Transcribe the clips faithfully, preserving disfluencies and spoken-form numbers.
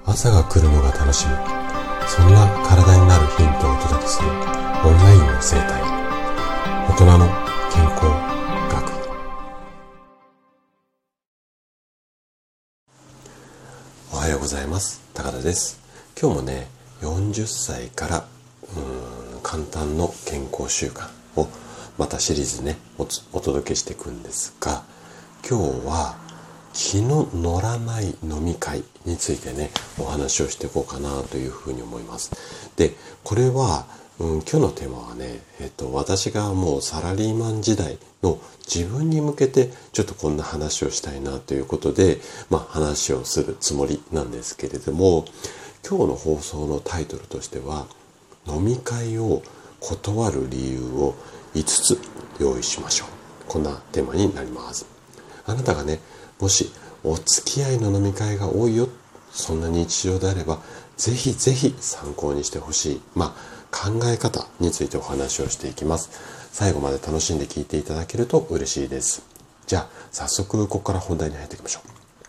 朝が来るのが楽しみ、そんな体になるヒントをお届けするオンラインの生態、大人の健康学。おはようございます。高田です。今日もね、よんじゅっさいからうーん簡単の健康習慣をまたシリーズね お, お届けしていくんですが、今日は気の乗らない飲み会についてねお話をしていこうかなというふうに思います。で、これは、うん、今日のテーマはね、えっと、私がもうサラリーマン時代の自分に向けてちょっとこんな話をしたいなということで、まあ話をするつもりなんですけれども、今日の放送のタイトルとしては、飲み会を断る理由をいつつ用意しましょう。こんなテーマになります。あなたがね、もしお付き合いの飲み会が多いよ、そんな日常であれば、ぜひぜひ参考にしてほしい、まあ、考え方についてお話をしていきます。最後まで楽しんで聞いていただけると嬉しいです。じゃあ早速ここから本題に入っていきましょ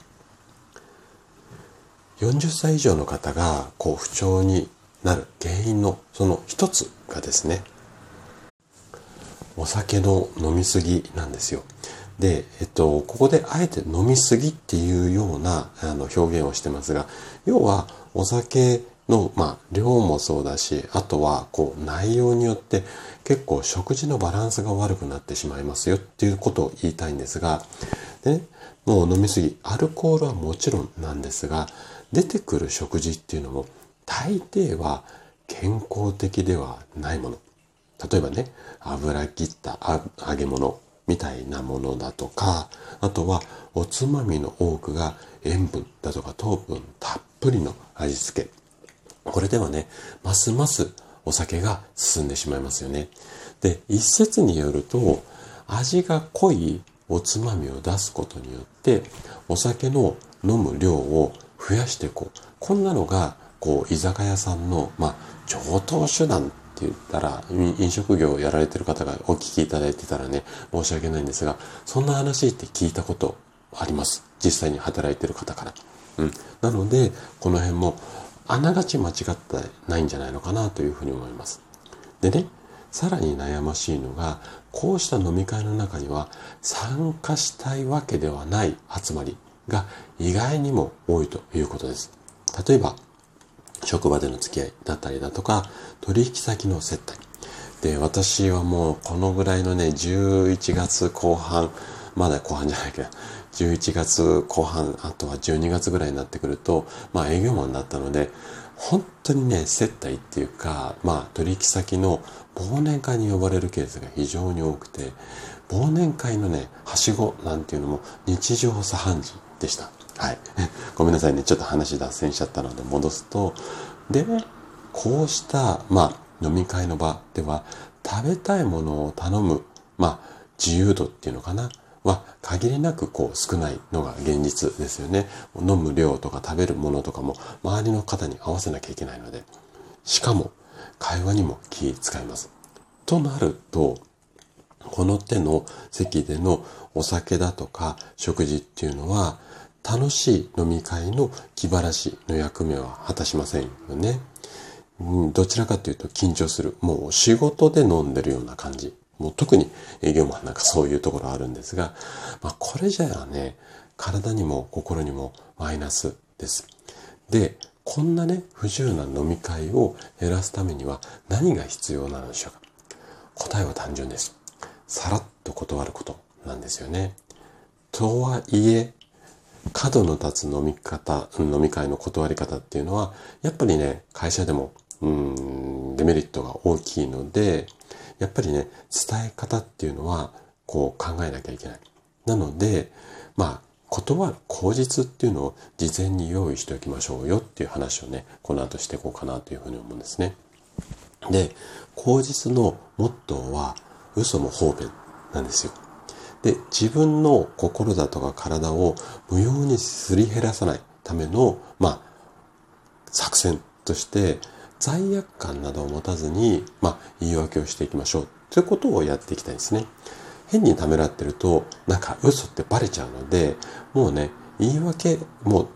う。よんじゅっさい以上の方がこう不調になる原因のその一つがですね、お酒の飲みすぎなんですよ。で、えっと、ここであえて飲みすぎっていうようなあの表現をしてますが、要はお酒の、まあ、量もそうだし、あとはこう内容によって結構食事のバランスが悪くなってしまいますよっていうことを言いたいんですが、でね、もう飲みすぎ、アルコールはもちろんなんですが、出てくる食事っていうのも大抵は健康的ではないもの。例えばね、油切った揚げ物みたいなものだとか、あとはおつまみの多くが塩分だとか糖分たっぷりの味付け。これではね、ますますお酒が進んでしまいますよね。で、一説によると、味が濃いおつまみを出すことによって、お酒の飲む量を増やしていこう。こんなのが、こう、居酒屋さんの、まあ、常套手段って言ったら、飲食業をやられてる方がお聞きいただいてたらね、申し訳ないんですが、そんな話って聞いたことあります。実際に働いてる方から。うん。なので、この辺も、あながち間違ってないんじゃないのかなというふうに思います。でね、さらに悩ましいのが、こうした飲み会の中には参加したいわけではない集まりが意外にも多いということです。例えば、職場での付き合いだったりだとか、取引先の接待。で、私はもうこのぐらいのね、じゅういちがつこう半、まだ後半じゃないけど、じゅういちがつこう半、あとはじゅうにがつぐらいになってくると、まあ営業マンになったので、本当にね、接待っていうか、まあ取引先の忘年会に呼ばれるケースが非常に多くて、忘年会のね、はしごなんていうのも日常茶飯事でした。はい。ごめんなさいね。ちょっと話脱線しちゃったので戻すと。でね、こうした、まあ、飲み会の場では、食べたいものを頼む、まあ、自由度っていうのかなは、限りなくこう少ないのが現実ですよね。飲む量とか食べるものとかも、周りの方に合わせなきゃいけないので。しかも、会話にも気使います。となると、この手の席でのお酒だとか食事っていうのは、楽しい飲み会の気晴らしの役目は果たしませんよね。うん、どちらかというと緊張する。もう仕事で飲んでるような感じ。もう特に営業マンなんかそういうところあるんですが、まあこれじゃあね、体にも心にもマイナスです。で、こんなね、不自由な飲み会を減らすためには何が必要なのでしょうか。答えは単純です。さらっと断ることなんですよね。とはいえ、角の立つ飲み方、飲み会の断り方っていうのは、やっぱりね、会社でも、うーん、デメリットが大きいので、やっぱりね、伝え方っていうのは、こう考えなきゃいけない。なので、まあ、断る口実っていうのを事前に用意しておきましょうよっていう話をね、この後していこうかなというふうに思うんですね。で、口実のモットーは、嘘も方便なんですよ。で、自分の心だとか体を無用にすり減らさないための、まあ、作戦として、罪悪感などを持たずに、まあ、言い訳をしていきましょうということをやっていきたいですね。変にためらってると、なんか嘘ってバレちゃうので、もうね、言い訳、もう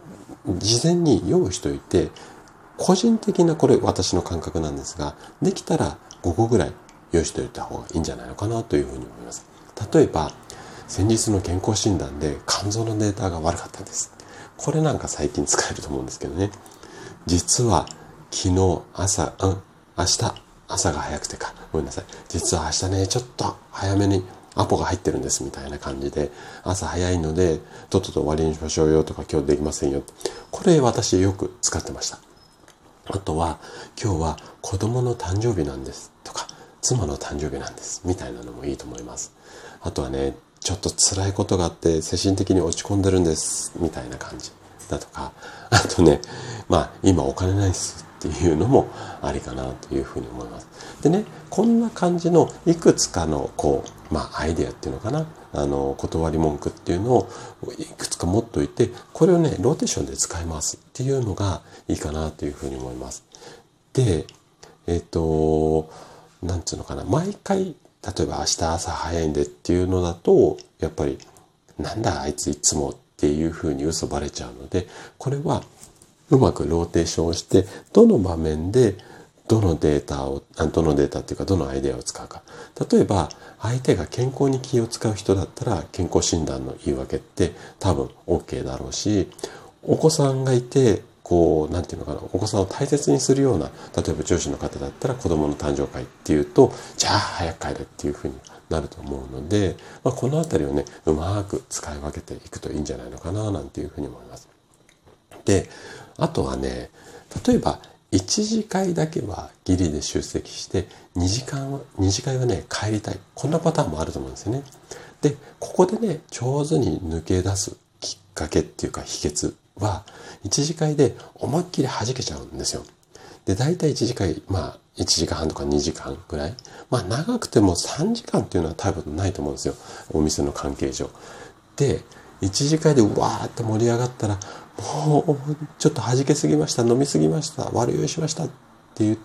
事前に用意しておいて、個人的なこれ私の感覚なんですが、できたらごこぐらい用意しておいた方がいいんじゃないのかなというふうに思います。例えば、先日の健康診断で肝臓のデータが悪かったです。これなんか最近使えると思うんですけどね。実は昨日朝、うん、明日朝が早くてか、ごめんなさい。実は明日ね、ちょっと早めにアポが入ってるんですみたいな感じで、朝早いのでとっとと終わりにしましょうよとか、今日できませんよ。これ私よく使ってました。あとは、今日は子供の誕生日なんですとか、妻の誕生日なんですみたいなのもいいと思います。あとはね、ちょっと辛いことがあって精神的に落ち込んでるんですみたいな感じだとか、あとね、まあ今お金ないっすっていうのもありかなというふうに思います。でね、こんな感じのいくつかのこう、まあアイデアっていうのかな、あの断り文句っていうのをいくつか持っておいて、これをねローテーションで使いますっていうのがいいかなというふうに思います。で、えっとなんつうのかな、毎回例えば明日朝早いんでっていうのだと、やっぱりなんだあいついつもっていうふうに嘘バレちゃうので、これはうまくローテーションをして、どの場面でどのデータを、どのデータっていうかどのアイデアを使うか。例えば相手が健康に気を使う人だったら、健康診断の言い訳って多分 OK だろうし、お子さんがいてこう、なんていうのかな、お子さんを大切にするような、例えば上司の方だったら子供の誕生会っていうと、じゃあ早く帰れっていうふうになると思うので、まあ、このあたりをね、うまく使い分けていくといいんじゃないのかな、なんていうふうに思います。で、あとはね、例えば、一次会だけはギリで出席して、二次会は、二次会はね、帰りたい。こんなパターンもあると思うんですよね。で、ここでね、上手に抜け出すきっかけっていうか秘訣は、一次会で思いっきり弾けちゃうんですよ。で、大体一次会、まあ、いちじかんはんとかにじかんぐらい。まあ、長くてもさんじかんっていうのは多分ないと思うんですよ。お店の関係上。で、一次会でうわーって盛り上がったら、もう、ちょっと弾けすぎました、飲みすぎました、悪酔いしましたって言って、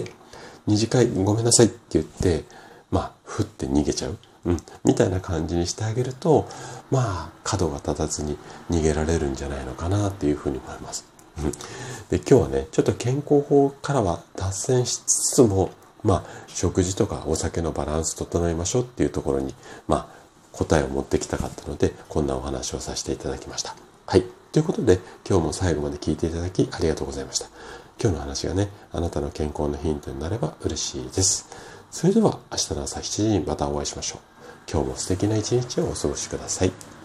二次会ごめんなさいって言って、まあ、ふって逃げちゃう。うん、みたいな感じにしてあげると、まあ、角が立たずに逃げられるんじゃないのかなっていうふうに思います。で、今日はね、ちょっと健康法からは脱線しつつも、まあ、食事とかお酒のバランス整えましょうっていうところに、まあ、答えを持ってきたかったので、こんなお話をさせていただきました。はい。ということで、今日も最後まで聞いていただきありがとうございました。今日の話がね、あなたの健康のヒントになれば嬉しいです。それでは、明日の朝しちじにまたお会いしましょう。今日も素敵な一日をお過ごしください。